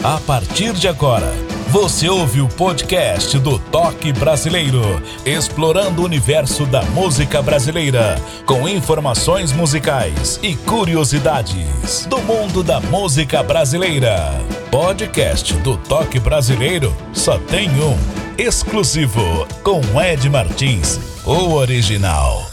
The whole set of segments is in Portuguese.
A partir de agora, você ouve o podcast do Toque Brasileiro, explorando o universo da música brasileira, com informações musicais e curiosidades do mundo da música brasileira. Podcast do Toque Brasileiro só tem um, exclusivo, com Ed Martins, o original.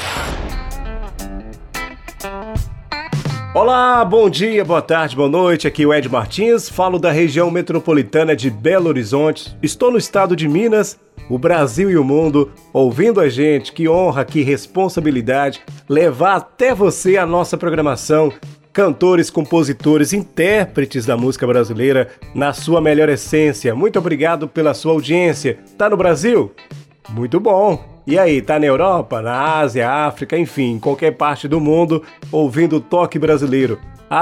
Olá, bom dia, boa tarde, boa noite, aqui é o Ed Martins, falo da região metropolitana de Belo Horizonte, estou no estado de Minas, o Brasil e o mundo, ouvindo a gente, que honra, que responsabilidade, levar até você a nossa programação, cantores, compositores, intérpretes da música brasileira na sua melhor essência. Muito obrigado pela sua audiência. Tá no Brasil? Muito bom! E aí, tá na Europa, na Ásia, África, enfim, em qualquer parte do mundo, ouvindo o Toque Brasileiro.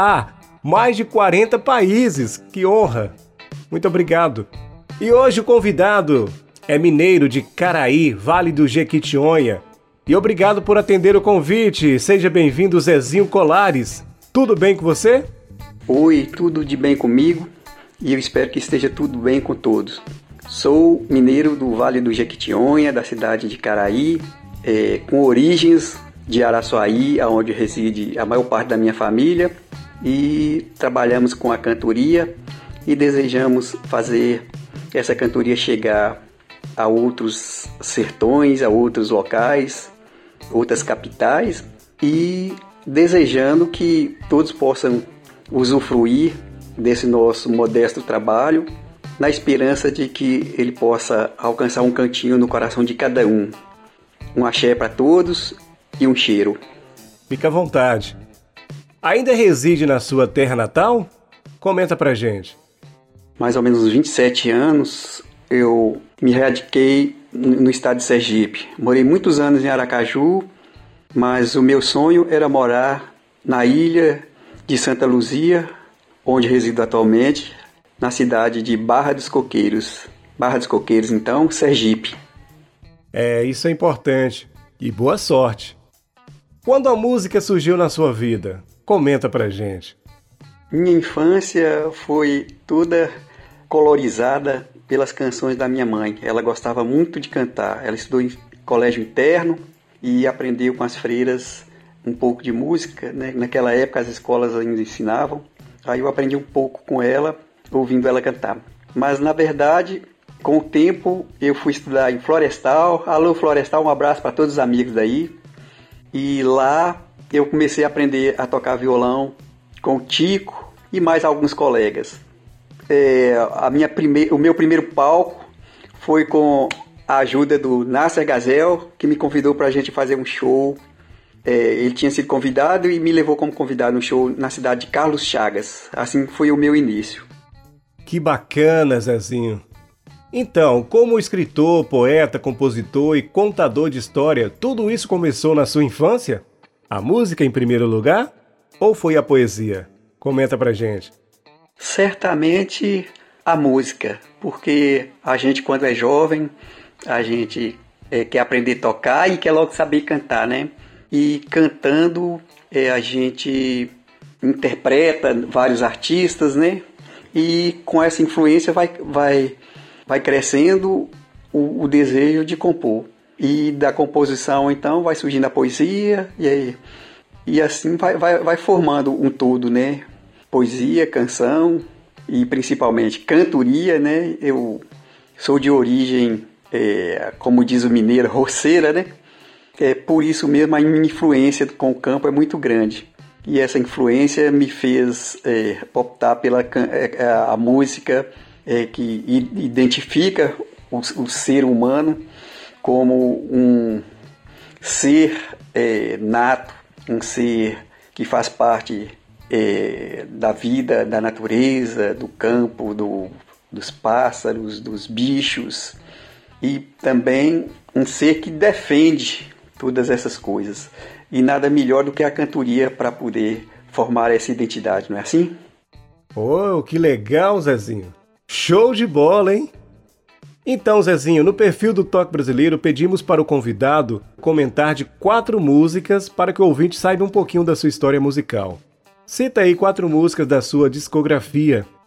Mais de 40 países, que honra! Muito obrigado! E hoje o convidado é mineiro de Caraí, Vale do Jequitinhonha. E obrigado por atender o convite, seja bem-vindo, Zezinho Colares. Tudo bem com você? Oi, tudo de bem comigo e eu espero que esteja tudo bem com todos. Sou mineiro do Vale do Jequitinhonha, da cidade de Caraí, com origens de Araçuaí, onde reside a maior parte da minha família, e trabalhamos com a cantoria e desejamos fazer essa cantoria chegar a outros sertões, a outros locais, outras capitais, e desejando que todos possam usufruir desse nosso modesto trabalho, na esperança de que ele possa alcançar um cantinho no coração de cada um. Um axé para todos e um cheiro. Fica à vontade. Ainda reside na sua terra natal? Comenta pra gente. Mais ou menos uns 27 anos, eu me radiquei no estado de Sergipe. Morei muitos anos em Aracaju, mas o meu sonho era morar na ilha de Santa Luzia, onde resido atualmente, na cidade de Barra dos Coqueiros. Barra dos Coqueiros, então, Sergipe. Isso é importante. E boa sorte. Quando a música surgiu na sua vida? Comenta pra gente. Minha infância foi toda colorizada pelas canções da minha mãe. Ela gostava muito de cantar. Ela estudou em colégio interno e aprendeu com as freiras um pouco de música, né? Naquela época as escolas ainda ensinavam. Aí eu aprendi um pouco com ela, ouvindo ela cantar. Mas na verdade, com o tempo, eu fui estudar em Florestal. Alô Florestal, um abraço para todos os amigos daí. E lá eu comecei a aprender a tocar violão com o Tico e mais alguns colegas. O meu primeiro palco foi com a ajuda do Nasser Gazel, que me convidou para a gente fazer um show. Ele tinha sido convidado e me levou como convidado no show na cidade de Carlos Chagas. Assim foi o meu início. Que bacana, Zezinho. Então, como escritor, poeta, compositor e contador de história, tudo isso começou na sua infância? A música em primeiro lugar? Ou foi a poesia? Comenta pra gente. Certamente a música, porque a gente quando é jovem, a gente quer aprender a tocar e quer logo saber cantar, né? E cantando a gente interpreta vários artistas, né? E com essa influência vai crescendo o desejo de compor. E da composição, então, vai surgindo a poesia e assim vai formando um todo, né? Poesia, canção e principalmente cantoria, né? Eu sou de origem, como diz o mineiro, roceira, né? Por isso mesmo a minha influência com o campo é muito grande. E essa influência me fez optar pela a música que identifica o ser humano como um ser nato, um ser que faz parte da vida, da natureza, do campo, dos pássaros, dos bichos, e também um ser que defende todas essas coisas. E nada melhor do que a cantoria para poder formar essa identidade, não é assim? Oh, que legal, Zezinho! Show de bola, hein? Então, Zezinho, no perfil do Toque Brasileiro, pedimos para o convidado comentar de 4 músicas para que o ouvinte saiba um pouquinho da sua história musical. Cita aí 4 músicas da sua discografia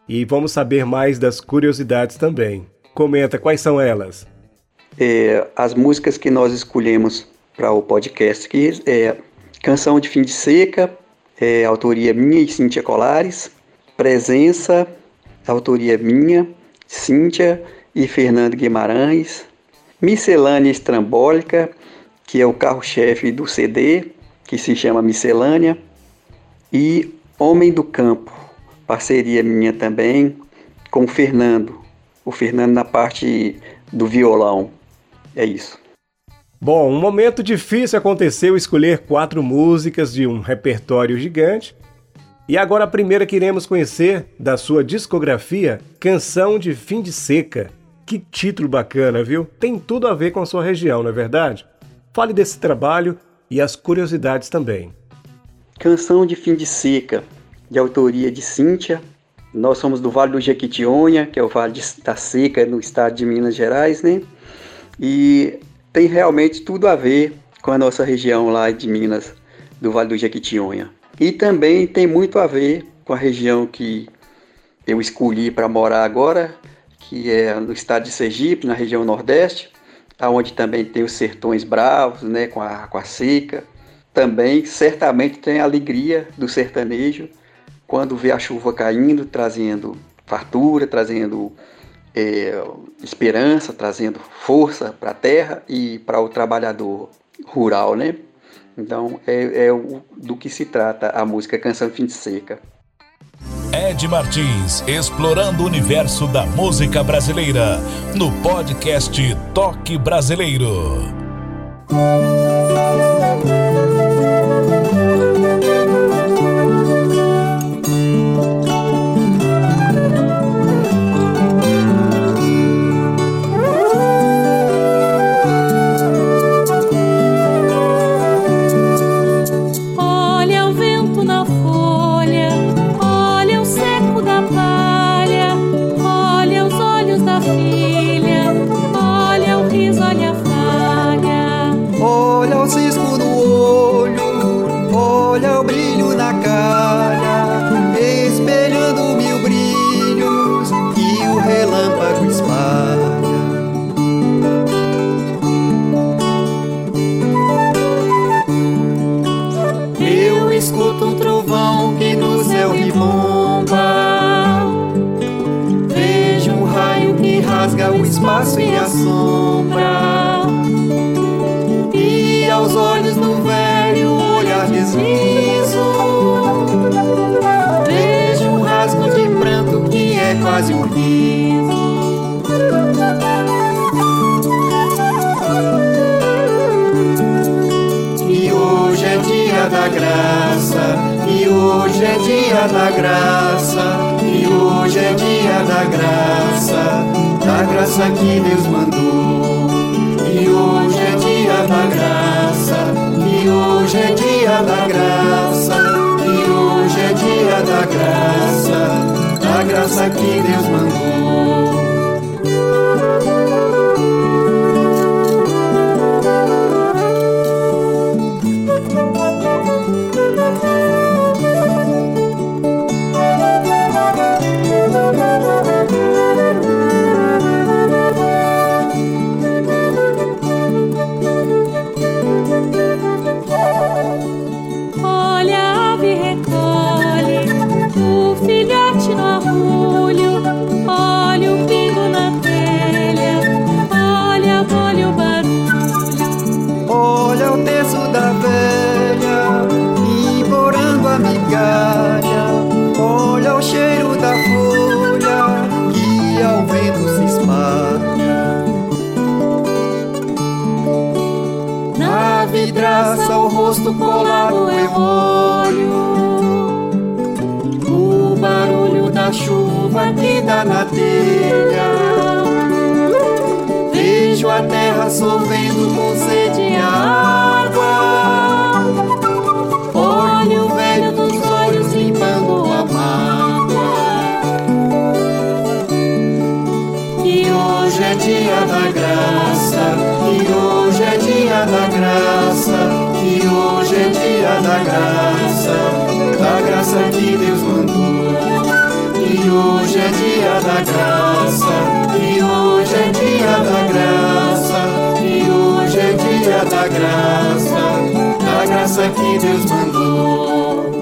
e vamos saber mais das curiosidades também. Comenta, quais são elas? As músicas que nós escolhemos para o podcast aqui é Canção de Fim de Seca, autoria minha e Cíntia Colares, Presença, autoria minha, Cíntia e Fernando Guimarães, Miscelânea Estrambólica, que é o carro-chefe do CD, que se chama Miscelânea, e Homem do Campo, parceria minha também com o Fernando na parte do violão. É isso. Bom, um momento difícil aconteceu escolher 4 músicas de um repertório gigante. E agora a primeira que iremos conhecer da sua discografia, Canção de Fim de Seca. Que título bacana, viu? Tem tudo a ver com a sua região, não é verdade? Fale desse trabalho e as curiosidades também. Canção de Fim de Seca, de autoria de Cíntia. Nós somos do Vale do Jequitinhonha, que é o Vale da Seca, no estado de Minas Gerais, né? E tem realmente tudo a ver com a nossa região lá de Minas, do Vale do Jequitinhonha. E também tem muito a ver com a região que eu escolhi para morar agora, que é no estado de Sergipe, na região Nordeste, onde também tem os sertões bravos, né, com a seca. Também, certamente, tem a alegria do sertanejo, quando vê a chuva caindo, trazendo fartura, trazendo esperança, trazendo força para a terra e para o trabalhador rural, né? Então, do que se trata a música Canção de Fim de Seca. Ed Martins, explorando o universo da música brasileira, no podcast Toque Brasileiro. Espaço e a sombra, e aos olhos do velho olhar deslizo, vejo um rasgo de pranto que é quase um riso. E hoje é dia da graça, e hoje é dia da graça, e hoje é dia da graça que Deus mandou. E hoje é dia da graça, e hoje é dia da graça, e hoje é dia da graça que Deus mandou. Olha o cheiro da folha que ao vento se espalha. Na vidraça o rosto colado eu olho o barulho da chuva que dá na telha. Vejo a terra sorvendo com sede e água. Olho o velho dos olhos limpando a mágoa. E hoje é dia da graça, e hoje é dia da graça, e hoje é dia da graça que Deus mandou. E hoje é da graça, que hoje é dia da graça, que hoje é dia da graça que Deus mandou.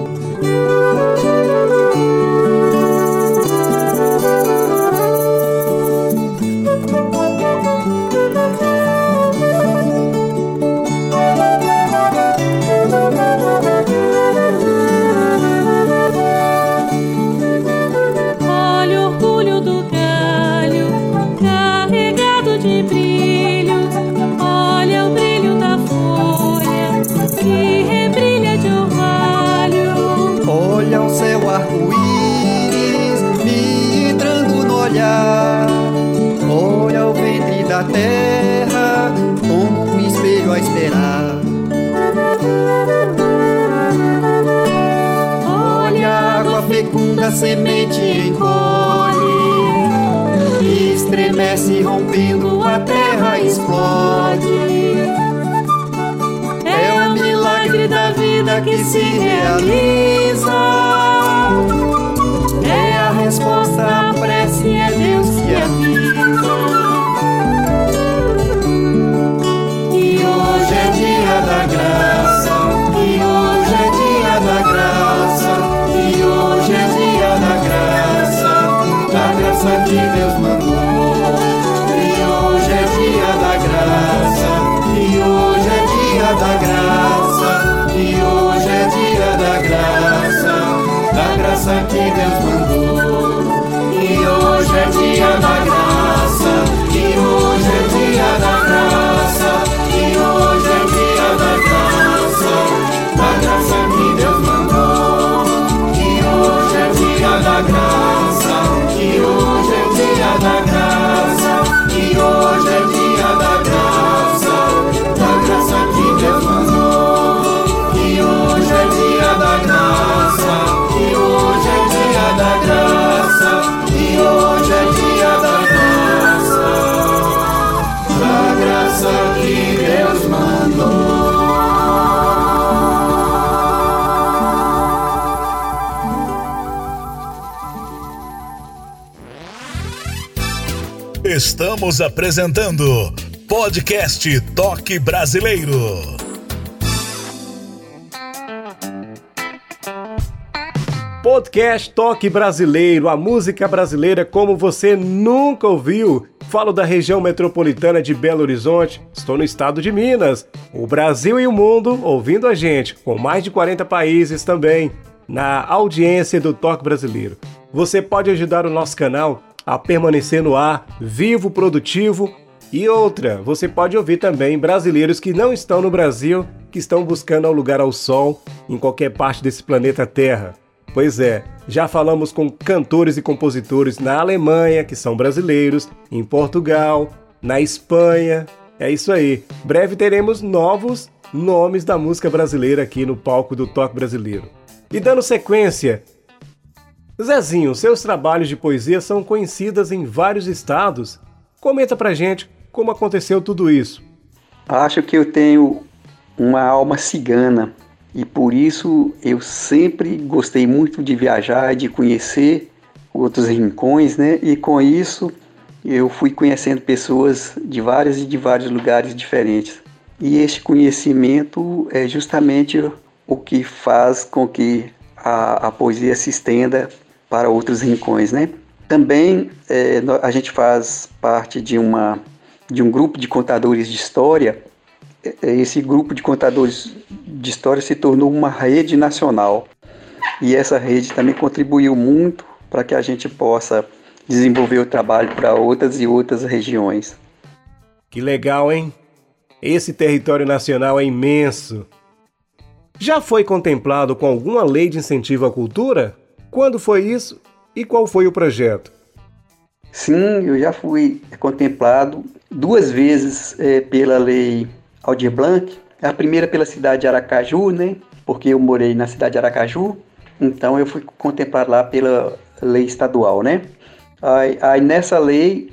Olha o ventre da terra como um espelho a esperar. Olha a água fecunda, a semente encolhe, estremece rompendo, a terra explode. É o milagre da vida que se realiza. É a resposta à prece, é Deus que avisa. E hoje é dia da graça, e hoje é dia da graça, e hoje é dia da graça que Deus mandou. E hoje é dia da graça, e hoje é dia da graça, e hoje é dia da graça que Deus mandou. E hoje é dia da graça, e hoje é dia da graça, e hoje é dia da graça que Deus mandou. E hoje é dia da graça, e hoje é dia da graça, e hoje é dia da graça que Deus mandou. E hoje é dia da graça, e hoje é dia da graça, e hoje é dia da graça que Deus mandou. Estamos apresentando Podcast Toque Brasileiro. Podcast Toque Brasileiro, a música brasileira como você nunca ouviu. Falo da região metropolitana de Belo Horizonte, estou no estado de Minas. O Brasil e o mundo ouvindo a gente, com mais de 40 países também, na audiência do Toque Brasileiro. Você pode ajudar o nosso canal a permanecer no ar, vivo, produtivo. E outra, você pode ouvir também brasileiros que não estão no Brasil, que estão buscando um lugar ao sol em qualquer parte desse planeta Terra. Pois é, já falamos com cantores e compositores na Alemanha, que são brasileiros, em Portugal, na Espanha. É isso aí. Breve teremos novos nomes da música brasileira aqui no palco do Toque Brasileiro. E dando sequência, Zezinho, seus trabalhos de poesia são conhecidos em vários estados. Comenta pra gente como aconteceu tudo isso. Acho que eu tenho uma alma cigana. E por isso eu sempre gostei muito de viajar, de conhecer outros rincões, né? E com isso eu fui conhecendo pessoas de vários lugares diferentes. E este conhecimento é justamente o que faz com que a poesia se estenda para outros rincões, né? Também a gente faz parte de um grupo de contadores de história. Esse grupo de contadores de história se tornou uma rede nacional e essa rede também contribuiu muito para que a gente possa desenvolver o trabalho para outras e outras regiões. Que legal, hein? Esse território nacional é imenso. Já foi contemplado com alguma lei de incentivo à cultura? Quando foi isso e qual foi o projeto? Sim, eu já fui contemplado 2 vezes pela lei Aldir Blanc. A primeira pela cidade de Aracaju, né? Porque eu morei na cidade de Aracaju, então eu fui contemplado lá pela lei estadual, né? Aí nessa lei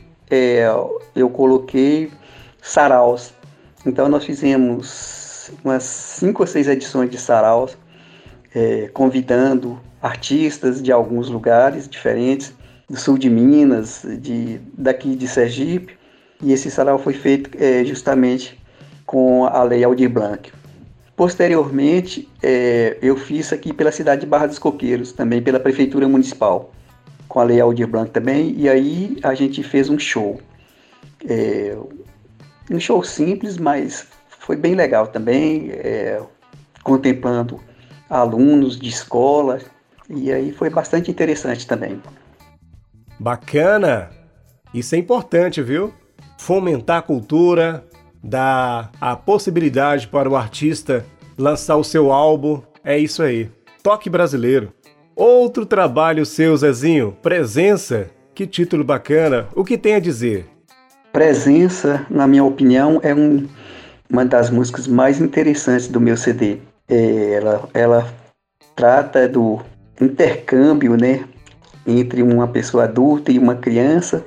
eu coloquei saraus. Então nós fizemos umas 5 ou 6 edições de saraus, convidando artistas de alguns lugares diferentes do sul de Minas, daqui de Sergipe, e esse sarau foi feito justamente com a Lei Aldir Blanc. Posteriormente, eu fiz aqui pela cidade de Barra dos Coqueiros, também pela Prefeitura Municipal, com a Lei Aldir Blanc também, e aí a gente fez um show. Um show simples, mas foi bem legal também, contemplando alunos de escola, e aí foi bastante interessante também. Bacana! Isso é importante, viu? Fomentar a cultura, dar a possibilidade para o artista lançar o seu álbum, é isso aí. Toque brasileiro. Outro trabalho seu, Zezinho, Presença. Que título bacana. O que tem a dizer? Presença, na minha opinião, é uma das músicas mais interessantes do meu CD. Ela trata do intercâmbio, né, entre uma pessoa adulta e uma criança,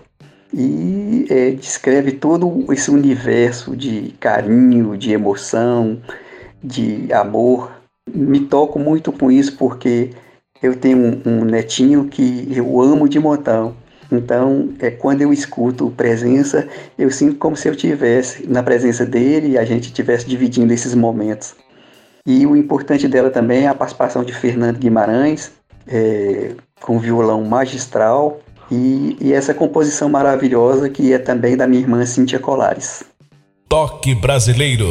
e descreve todo esse universo de carinho, de emoção, de amor. Me toco muito com isso porque eu tenho um netinho que eu amo de montão. Então, quando eu escuto Presença, eu sinto como se eu estivesse na presença dele e a gente estivesse dividindo esses momentos. E o importante dela também é a participação de Fernando Guimarães, com violão magistral, e essa composição maravilhosa que é também da minha irmã Cíntia Colares. Toque brasileiro.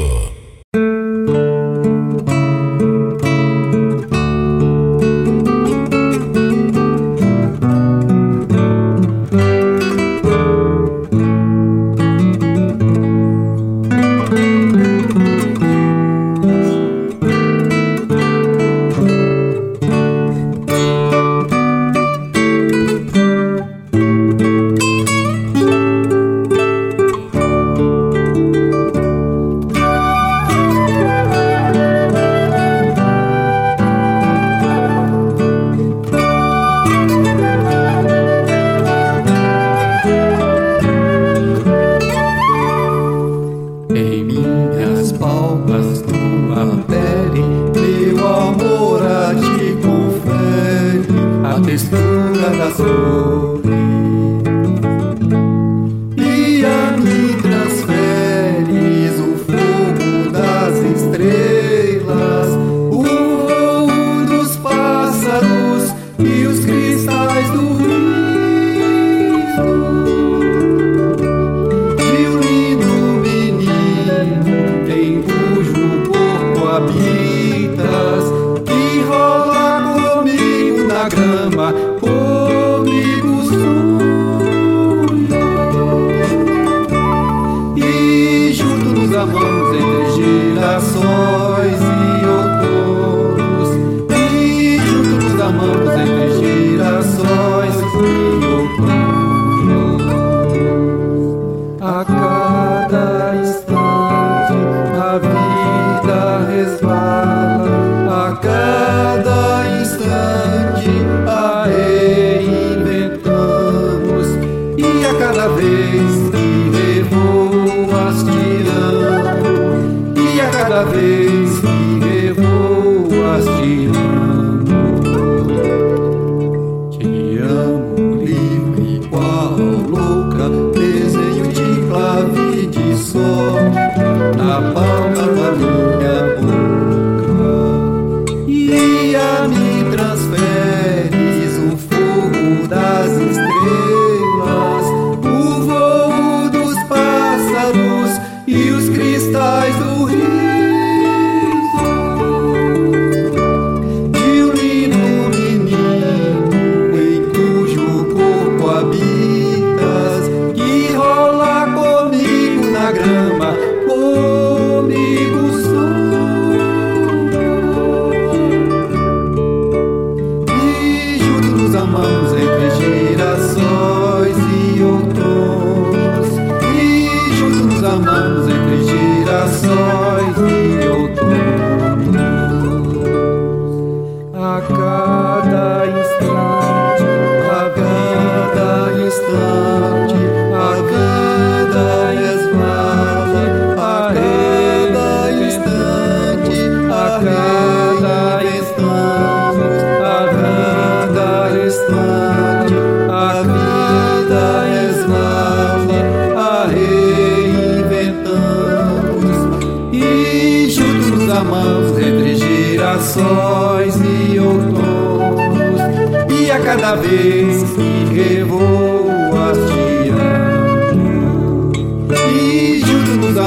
Comigo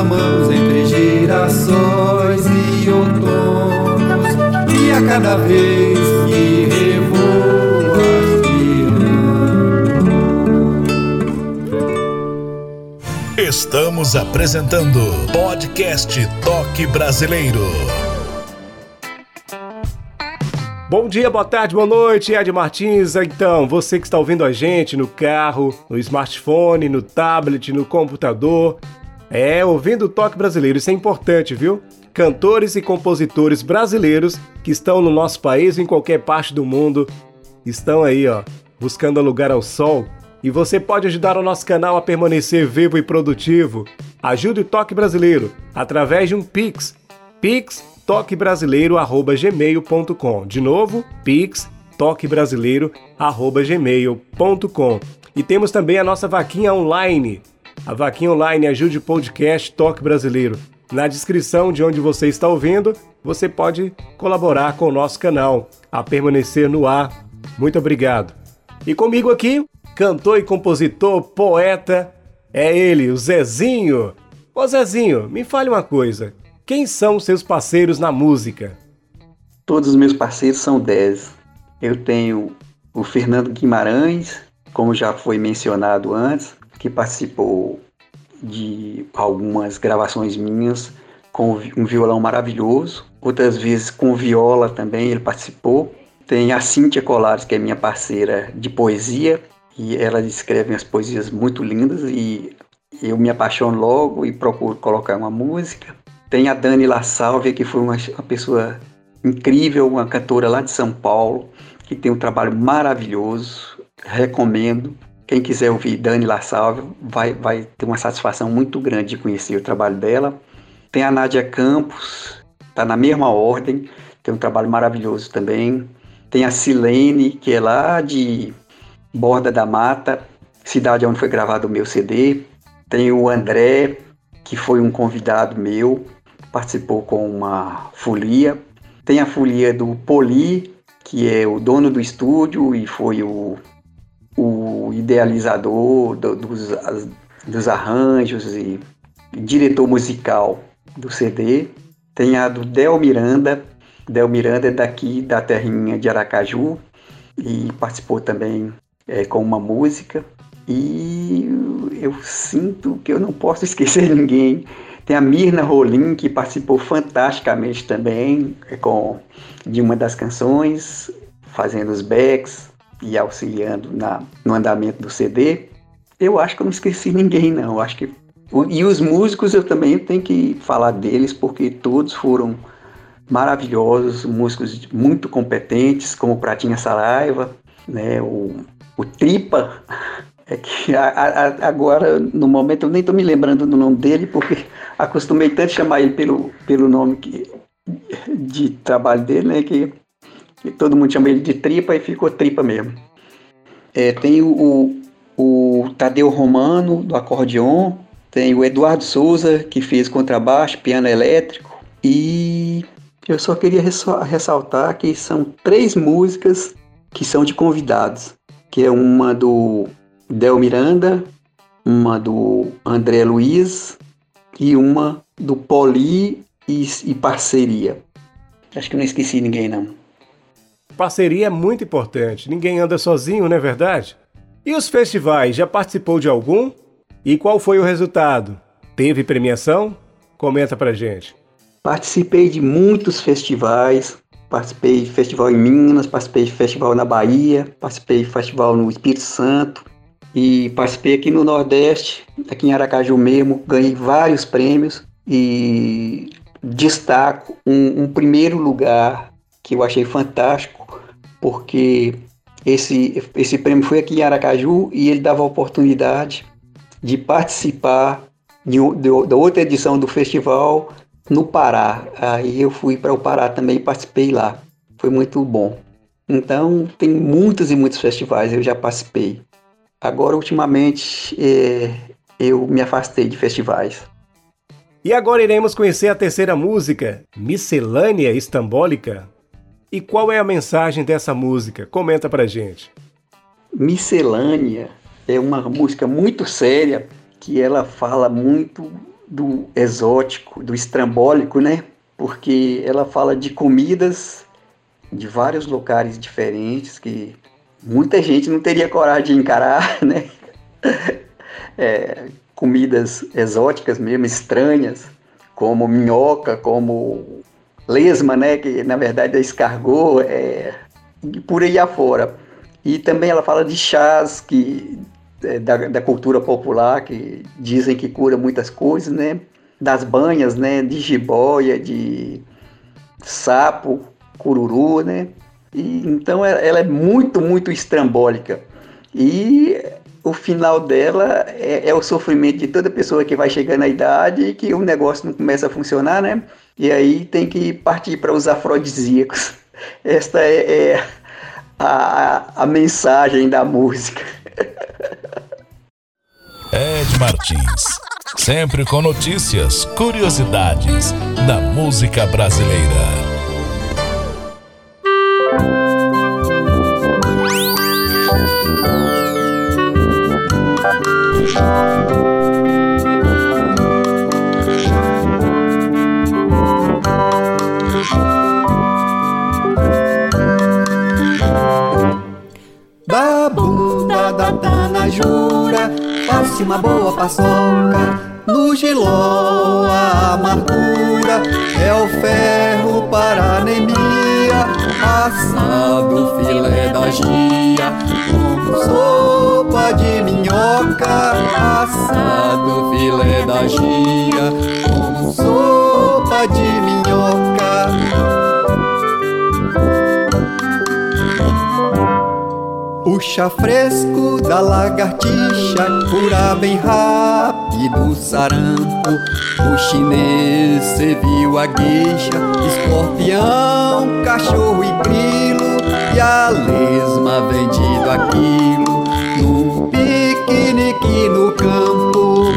amamos entre girassóis e outonos, e a cada vez que revoas te amo. Estamos apresentando Podcast Toque Brasileiro. Bom dia, boa tarde, boa noite, Ed Martins. Então, você que está ouvindo a gente no carro, no smartphone, no tablet, no computador, ouvindo o Toque Brasileiro, isso é importante, viu? Cantores e compositores brasileiros que estão no nosso país ou em qualquer parte do mundo, estão aí, buscando lugar ao sol. E você pode ajudar o nosso canal a permanecer vivo e produtivo. Ajude o Toque Brasileiro através de um Pix. toquebrasileiro@gmail.com. De novo, toquebrasileiro@gmail.com. E temos também a nossa vaquinha online. A vaquinha online Ajude o Podcast Toque Brasileiro. Na descrição de onde você está ouvindo, você pode colaborar com o nosso canal a permanecer no ar. Muito obrigado. E comigo aqui, cantor e compositor, poeta, é ele, o Zezinho. Ô Zezinho, me fale uma coisa. Quem são os seus parceiros na música? Todos os meus parceiros são 10. Eu tenho o Fernando Guimarães, como já foi mencionado antes, que participou de algumas gravações minhas com um violão maravilhoso. Outras vezes com viola também ele participou. Tem a Cíntia Colares, que é minha parceira de poesia, e ela escreve umas poesias muito lindas e eu me apaixono logo e procuro colocar uma música. Tem a Dani La Sálvia, que foi uma pessoa incrível, uma cantora lá de São Paulo, que tem um trabalho maravilhoso, recomendo. Quem quiser ouvir Dani La Sálvia vai ter uma satisfação muito grande de conhecer o trabalho dela. Tem a Nádia Campos, está na mesma ordem, tem um trabalho maravilhoso também. Tem a Silene, que é lá de Borda da Mata, cidade onde foi gravado o meu CD. Tem o André, que foi um convidado meu, participou com uma folia. Tem a folia do Poli, que é o dono do estúdio e foi o idealizador dos arranjos e diretor musical do CD. Tem a do Del Miranda. Del Miranda é daqui da terrinha de Aracaju e participou também com uma música. E eu sinto que eu não posso esquecer ninguém. Tem a Mirna Rolim, que participou fantasticamente também de uma das canções, fazendo os backs e auxiliando no andamento do CD. Eu acho que eu não esqueci ninguém, não. E os músicos eu também tenho que falar deles, porque todos foram maravilhosos, músicos muito competentes, como o Pratinha Saraiva, né, o Tripa. É que agora, no momento, eu nem estou me lembrando do nome dele, porque acostumei tanto chamar ele pelo nome de trabalho dele, né, que todo mundo chama ele de Tripa e ficou Tripa mesmo. Tem o Tadeu Romano, do acordeon, tem o Eduardo Souza, que fez contrabaixo, piano elétrico, e eu só queria ressaltar que são 3 músicas que são de convidados, que é uma do Del Miranda, uma do André Luiz e uma do Poli e parceria. Acho que eu não esqueci ninguém, não. Parceria é muito importante, ninguém anda sozinho, não é verdade? E os festivais, já participou de algum? E qual foi o resultado? Teve premiação? Comenta pra gente. Participei de muitos festivais. Participei de festival em Minas, participei de festival na Bahia, participei de festival no Espírito Santo e participei aqui no Nordeste, aqui em Aracaju mesmo, ganhei vários prêmios e destaco um primeiro lugar que eu achei fantástico, porque esse prêmio foi aqui em Aracaju e ele dava a oportunidade de participar da outra edição do festival no Pará. Aí eu fui para o Pará também e participei lá. Foi muito bom. Então, tem muitos e muitos festivais, eu já participei. Agora, ultimamente, eu me afastei de festivais. E agora iremos conhecer a terceira música, Miscelânea Estambólica. E qual é a mensagem dessa música? Comenta pra gente. Miscelânea é uma música muito séria, que ela fala muito do exótico, do estrambólico, né? Porque ela fala de comidas de vários locais diferentes que muita gente não teria coragem de encarar, né? Comidas exóticas mesmo, estranhas, como minhoca, como lesma, né? Que na verdade é escargot, e por aí afora. E também ela fala de chás da cultura popular, que dizem que cura muitas coisas, né? Das banhas, né? De jiboia, de sapo, cururu, né? E, então ela é muito, muito estrambólica. E o final dela é o sofrimento de toda pessoa que vai chegando à idade e que o negócio não começa a funcionar, né? E aí tem que partir para os afrodisíacos. Esta é a mensagem da música. Ed Martins, sempre com notícias, curiosidades da música brasileira. Da bunda da tanajura, passe uma boa paçoca. No giló a amargura é o ferro para anemia. Assado filé da gia com sopa de minhoca. Assado filé da gia com sopa de minhoca. O chá fresco da lagartixa cura bem rápido o sarampo. O chinês serviu a gueixa, escorpião, cachorro e grilo. E a lesma vendido a quilo num piquenique no campo.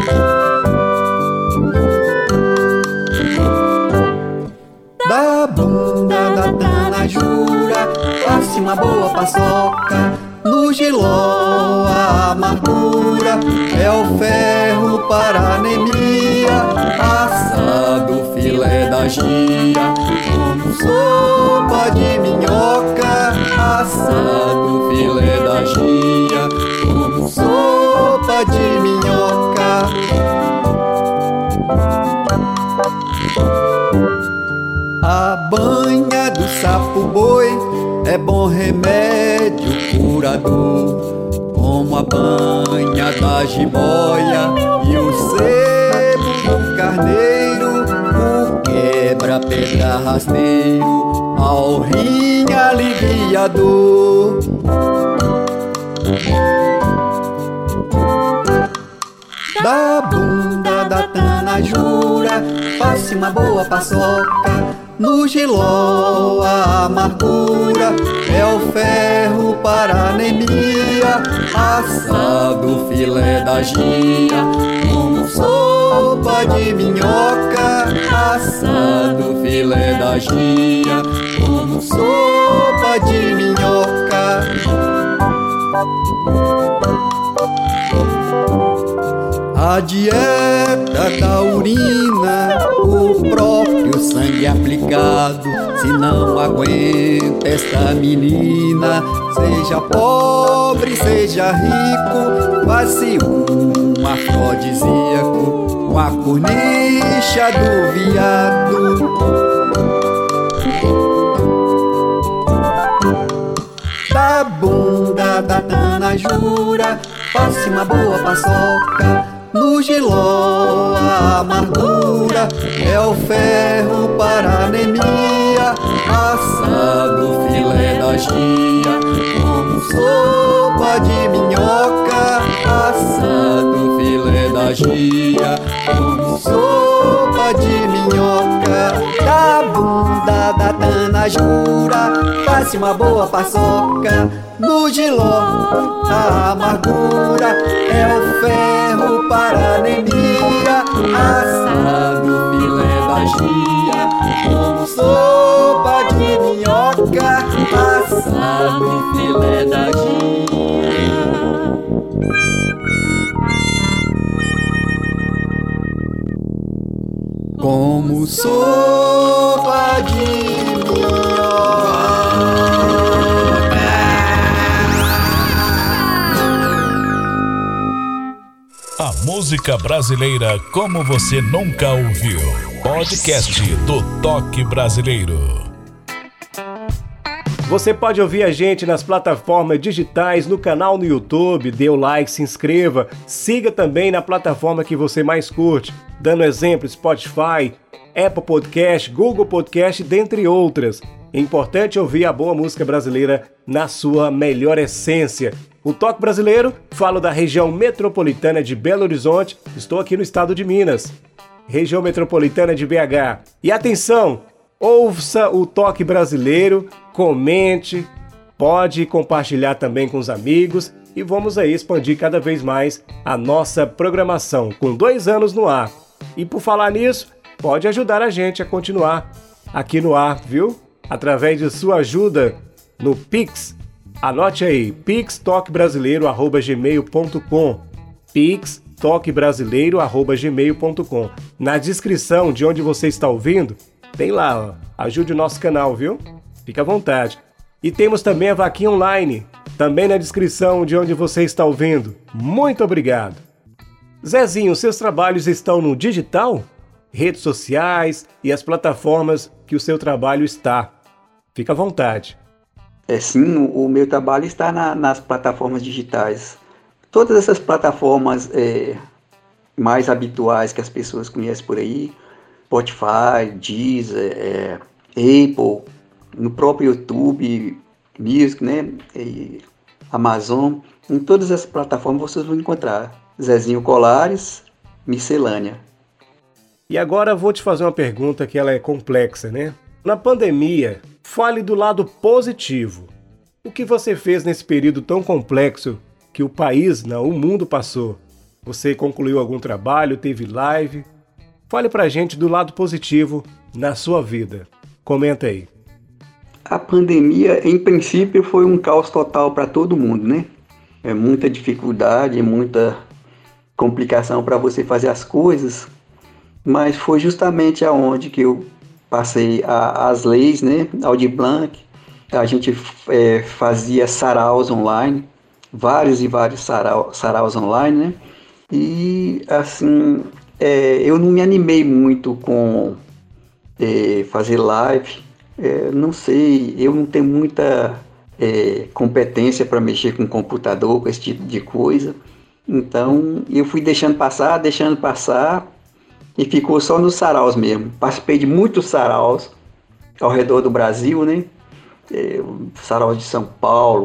Da bunda da tanajura, passe uma boa paçoca. No giló a amargura é o ferro para anemia. Assado filé da gia com sopa de minhoca. Assado filé da gia com sopa de minhoca. A banha do sapo-boi é bom remédio curador, como a banha da jiboia e o sebo do carneiro. O quebra-pedra rasteiro ao rim alivia a dor. Da bunda da tanajura, passe uma boa paçoca. No giló a amargura é o ferro para anemia. Assado filé da gia com sopa de minhoca. Assado filé da gia com sopa de minhoca. A dieta da urina, o próprio sangue aplicado, se não aguenta esta menina. Seja pobre, seja rico, faz-se um afrodisíaco com a cornicha do viado. Da bunda da tanajura, passe uma boa paçoca. No giló a amargura é o ferro para anemia. Assado filé da gia com sopa de minhoca. Assado filé da gia com sopa de minhoca. Da bunda da tanajura, passe uma boa paçoca. No giló a amargura é o ferro para anemia. Assado filé da gia com sopa de minhoca. Assado filé da gia. como sopa de minhoca. A música brasileira como você nunca ouviu. Podcast do Toque Brasileiro. Você pode ouvir a gente nas plataformas digitais, no canal no YouTube, dê o like, se inscreva, siga também na plataforma que você mais curte, dando exemplo Spotify, Apple Podcast, Google Podcast, dentre outras. É importante ouvir a boa música brasileira na sua melhor essência. O Toque Brasileiro, falo da região metropolitana de Belo Horizonte, estou aqui no estado de Minas, região metropolitana de BH. E atenção! Ouça o Toque Brasileiro, comente, pode compartilhar também com os amigos e vamos aí expandir cada vez mais a nossa programação, com 2 anos no ar. E por falar nisso, pode ajudar a gente a continuar aqui no ar, viu? Através de sua ajuda no Pix. Anote aí, pixtoquebrasileiro@gmail.com, pixtoquebrasileiro@gmail.com. Na descrição de onde você está ouvindo, tem lá, ó, ajude o nosso canal, viu? Fica à vontade. E temos também a vaquinha online, também na descrição de onde você está ouvindo. Muito obrigado. Zezinho, seus trabalhos estão no digital? Redes sociais e as plataformas que o seu trabalho está. Fica à vontade. Sim, o meu trabalho está nas plataformas digitais. Todas essas plataformas mais habituais que as pessoas conhecem por aí, Spotify, Deezer, Apple, no próprio YouTube, Music, né? Amazon, em todas as plataformas vocês vão encontrar Zezinho Colares, Miscelânea. E agora eu vou te fazer uma pergunta que ela é complexa, né? Na pandemia, fale do lado positivo. O que você fez nesse período tão complexo que o país, não, o mundo passou? Você concluiu algum trabalho, teve live? Fale pra gente do lado positivo na sua vida. Comenta aí. A pandemia, em princípio, foi um caos total para todo mundo, né? É muita dificuldade, muita complicação para você fazer as coisas, mas foi justamente aonde que eu passei as leis, né? Aldir Blanc, a gente fazia saraus online, vários e vários saraus online, né? E assim, eu não me animei muito com fazer live, não sei, eu não tenho muita competência para mexer com computador, com esse tipo de coisa, então eu fui deixando passar, e ficou só nos saraus mesmo. Participei de muitos saraus ao redor do Brasil, né? O sarau de São Paulo,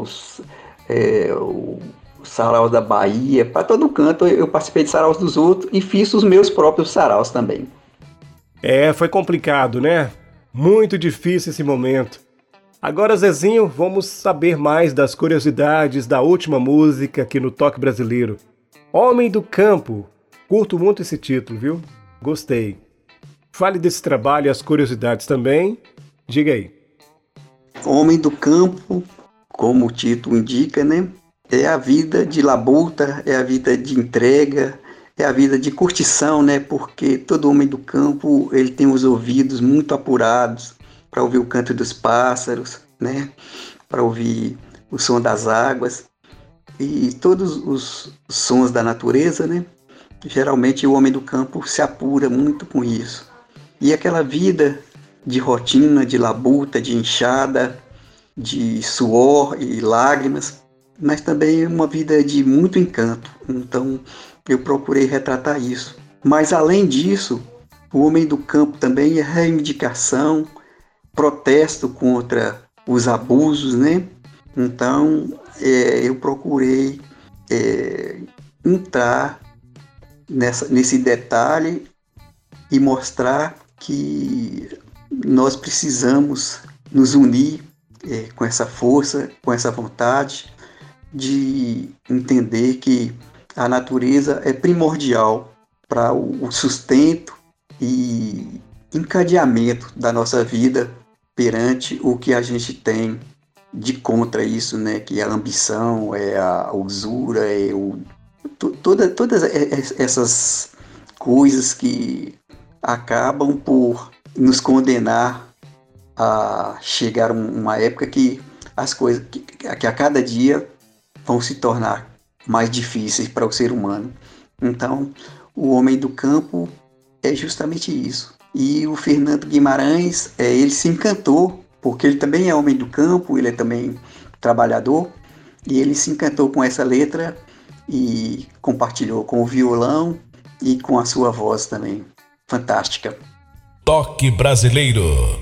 o sarau da Bahia, para todo canto eu participei de saraus dos outros e fiz os meus próprios saraus também. Foi complicado, né? Muito difícil esse momento. Agora, Zezinho, vamos saber mais das curiosidades da última música aqui no Toque Brasileiro. Homem do Campo. Curto muito esse título, viu? Gostei. Fale desse trabalho e as curiosidades também. Diga aí. Homem do Campo, como o título indica, né? É a vida de labuta, é a vida de entrega, é a vida de curtição, né? Porque todo homem do campo, ele tem os ouvidos muito apurados para ouvir o canto dos pássaros, né? Para ouvir o som das águas e todos os sons da natureza, né? Geralmente o homem do campo se apura muito com isso. E aquela vida de rotina, de labuta, de enxada, de suor e lágrimas, mas também uma vida de muito encanto. Então eu procurei retratar isso. Mas além disso, o homem do campo também é reivindicação, protesto contra os abusos, né? Então eu procurei entrar nesse detalhe e mostrar que nós precisamos nos unir com essa força, com essa vontade de entender que a natureza é primordial para o sustento e encadeamento da nossa vida perante o que a gente tem de contra isso, né? Que é a ambição, é a usura, todas essas coisas que acabam por nos condenar a chegar uma época que as coisas que a cada dia vão se tornar mais difíceis para o ser humano. Então, o homem do campo é justamente isso. E o Fernando Guimarães, ele se encantou, porque ele também é homem do campo, ele é também trabalhador, e ele se encantou com essa letra e compartilhou com o violão e com a sua voz também. Fantástica. Toque Brasileiro.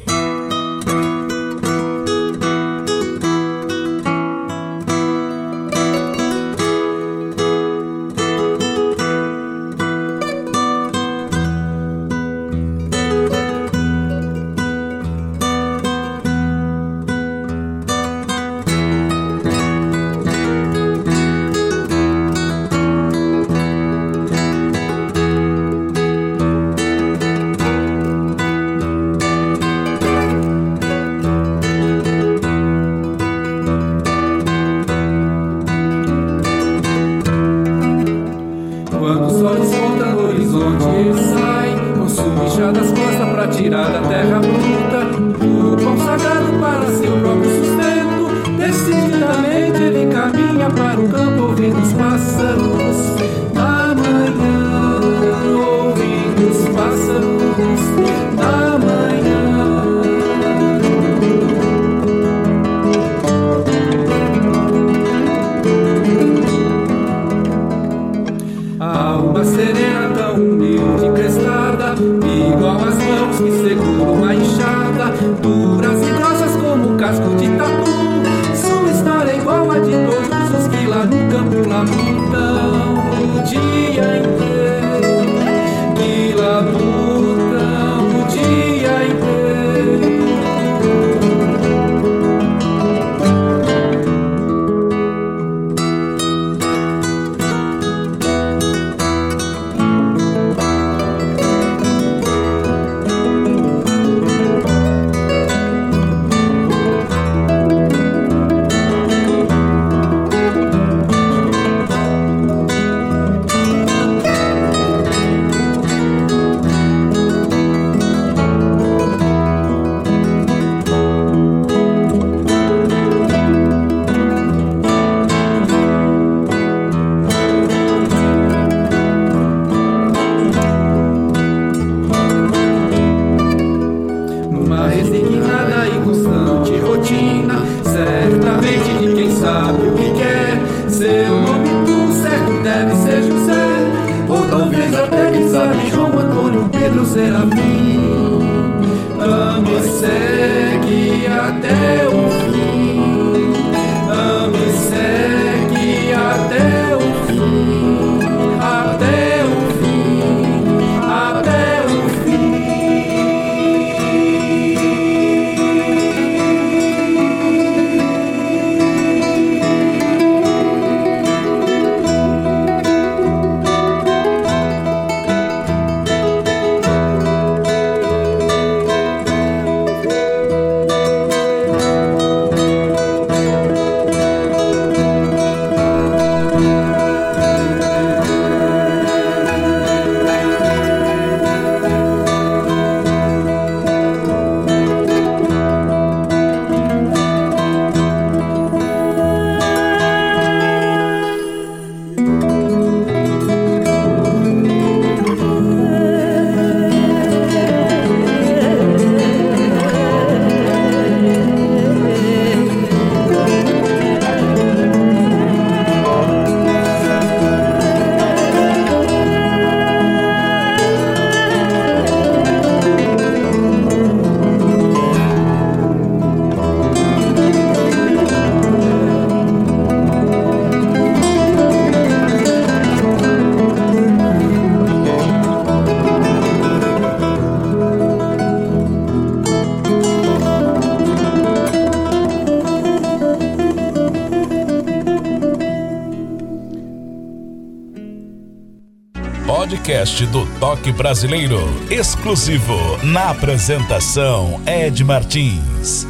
Podcast do Toque Brasileiro, exclusivo na apresentação Ed Martins.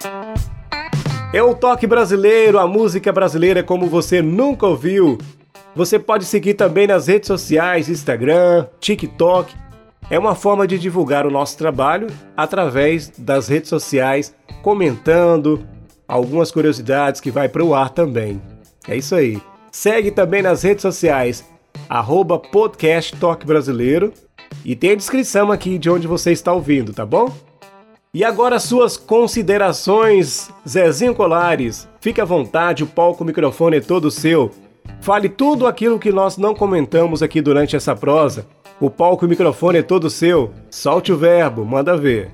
É o Toque Brasileiro, a música brasileira como você nunca ouviu. Você pode seguir também nas redes sociais, Instagram, TikTok. É uma forma de divulgar o nosso trabalho através das redes sociais, comentando algumas curiosidades que vai para o ar também. É isso aí. Segue também nas redes sociais, @podcast Toque Brasileiro, e tem a descrição aqui de onde você está ouvindo, tá bom? E agora suas considerações, Zezinho Colares. Fique à vontade, o palco, o microfone é todo seu. Fale tudo aquilo que nós não comentamos aqui durante essa prosa. O palco e o microfone é todo seu. Solte o verbo, manda ver.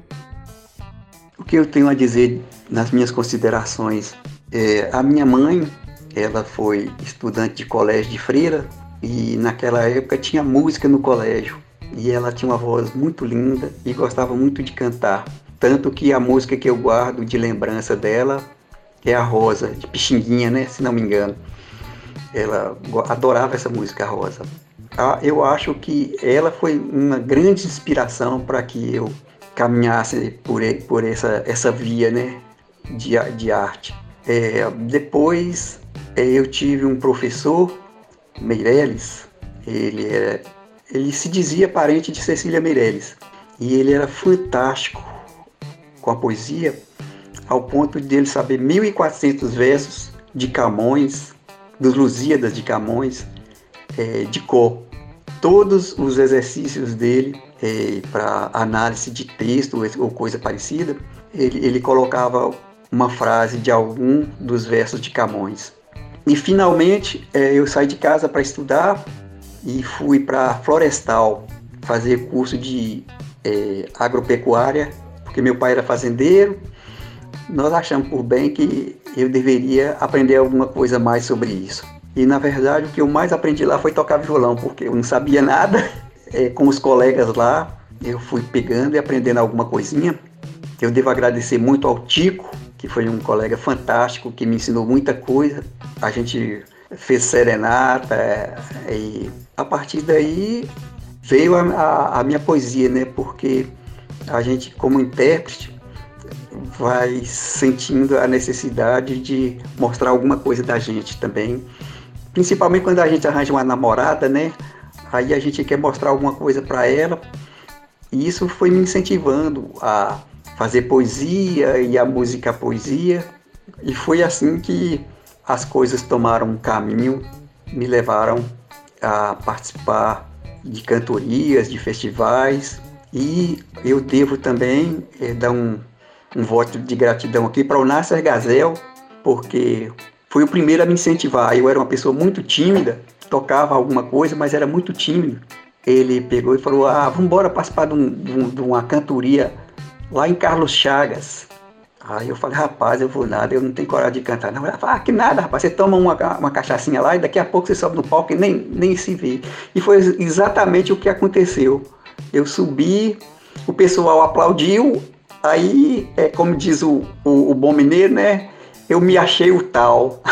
O que eu tenho a dizer nas minhas considerações? A minha mãe, ela foi estudante de colégio de freira e naquela época tinha música no colégio. E ela tinha uma voz muito linda e gostava muito de cantar. Tanto que a música que eu guardo de lembrança dela é a Rosa, de Pixinguinha, né? Se não me engano. Ela adorava essa música, a Rosa. Eu acho que ela foi uma grande inspiração para que eu caminhasse por essa via, né, de arte. Depois eu tive um professor, Meirelles. Ele se dizia parente de Cecília Meirelles e ele era fantástico com a poesia, ao ponto de ele saber 1.400 versos de Camões, dos Lusíadas de Camões, de cor. Todos os exercícios dele para análise de texto ou coisa parecida, ele colocava uma frase de algum dos versos de Camões. E finalmente eu saí de casa para estudar e fui para Florestal fazer curso de agropecuária, porque meu pai era fazendeiro. Nós achamos por bem que eu deveria aprender alguma coisa mais sobre isso. E na verdade o que eu mais aprendi lá foi tocar violão, porque eu não sabia nada. Com os colegas lá, eu fui pegando e aprendendo alguma coisinha. Eu devo agradecer muito ao Tico, que foi um colega fantástico, que me ensinou muita coisa. A gente fez serenata e a partir daí veio a minha poesia, né? Porque a gente, como intérprete, vai sentindo a necessidade de mostrar alguma coisa da gente também. Principalmente quando a gente arranja uma namorada, né? Aí a gente quer mostrar alguma coisa para ela. E isso foi me incentivando a fazer poesia e a música a poesia. E foi assim que as coisas tomaram um caminho, me levaram a participar de cantorias, de festivais. E eu devo também dar um voto de gratidão aqui para o Nasser Gazel, porque foi o primeiro a me incentivar. Eu era uma pessoa muito tímida, tocava alguma coisa, mas era muito tímido. Ele pegou e falou, vamos embora participar de uma cantoria lá em Carlos Chagas. Aí eu falei, rapaz, eu vou nada, eu não tenho coragem de cantar. Não, ela falou, que nada, rapaz, você toma uma cachaçinha lá e daqui a pouco você sobe no palco e nem se vê. E foi exatamente o que aconteceu. Eu subi, o pessoal aplaudiu, aí, como diz o bom mineiro, né? Eu me achei o tal.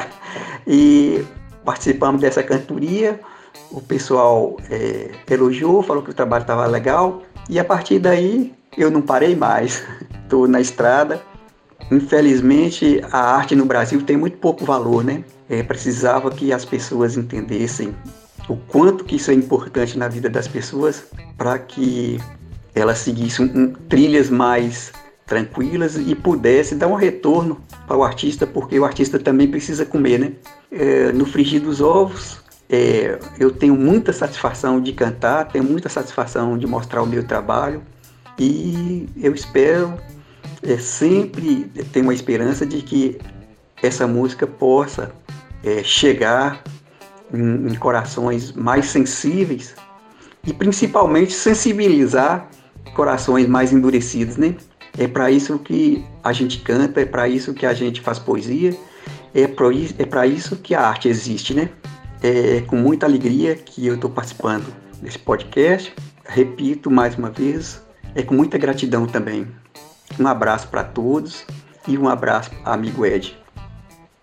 E participamos dessa cantoria, o pessoal elogiou, falou que o trabalho estava legal, e a partir daí eu não parei mais. Estou na estrada. Infelizmente, a arte no Brasil tem muito pouco valor, né? Precisava que as pessoas entendessem o quanto que isso é importante na vida das pessoas para que elas seguissem trilhas mais tranquilas e pudesse dar um retorno para o artista, porque o artista também precisa comer, né? No frigir dos ovos, eu tenho muita satisfação de cantar, tenho muita satisfação de mostrar o meu trabalho e eu espero, sempre tenho uma esperança de que essa música possa chegar em corações mais sensíveis e principalmente sensibilizar corações mais endurecidos, né? É para isso que a gente canta, é para isso que a gente faz poesia, é para isso que a arte existe, né? É com muita alegria que eu estou participando desse podcast. Repito mais uma vez, com muita gratidão também. Um abraço para todos e um abraço, amigo Ed.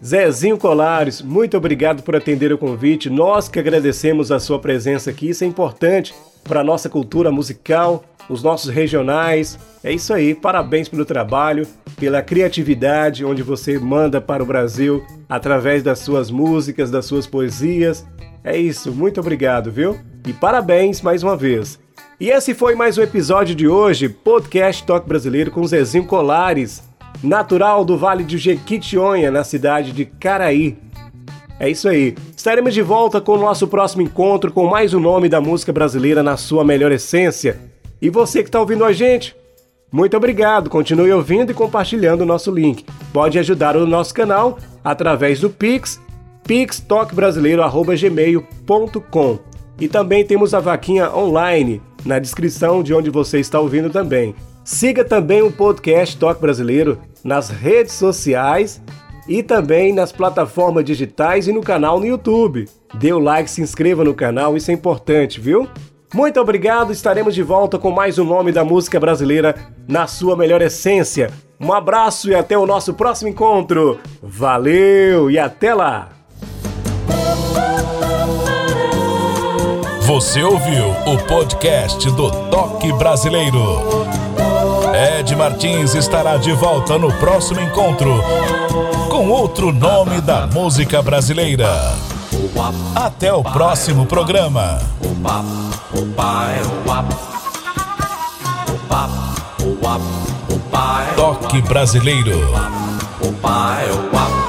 Zezinho Colares, muito obrigado por atender o convite. Nós que agradecemos a sua presença aqui. Isso é importante para a nossa cultura musical, os nossos regionais. É isso aí, parabéns pelo trabalho, pela criatividade, onde você manda para o Brasil através das suas músicas, das suas poesias. É isso, muito obrigado, viu? E parabéns mais uma vez. E esse foi mais um episódio de hoje, Podcast Toque Brasileiro com Zezinho Colares, natural do Vale de Jequitinhonha, na cidade de Caraí. É isso aí. Estaremos de volta com o nosso próximo encontro com mais um nome da música brasileira na sua melhor essência. E você que está ouvindo a gente, muito obrigado. Continue ouvindo e compartilhando o nosso link. Pode ajudar o nosso canal através do Pix, pixtoquebrasileiro@gmail.com. E também temos a vaquinha online na descrição de onde você está ouvindo também. Siga também o podcast Toque Brasileiro nas redes sociais e também nas plataformas digitais e no canal no YouTube. Dê o like, se inscreva no canal, isso é importante, viu? Muito obrigado, estaremos de volta com mais um nome da música brasileira na sua melhor essência. Um abraço e até o nosso próximo encontro. Valeu e até lá! Você ouviu o podcast do Toque Brasileiro. Ed Martins estará de volta no próximo encontro com outro nome da música brasileira. Até o próximo programa. Toque Brasileiro.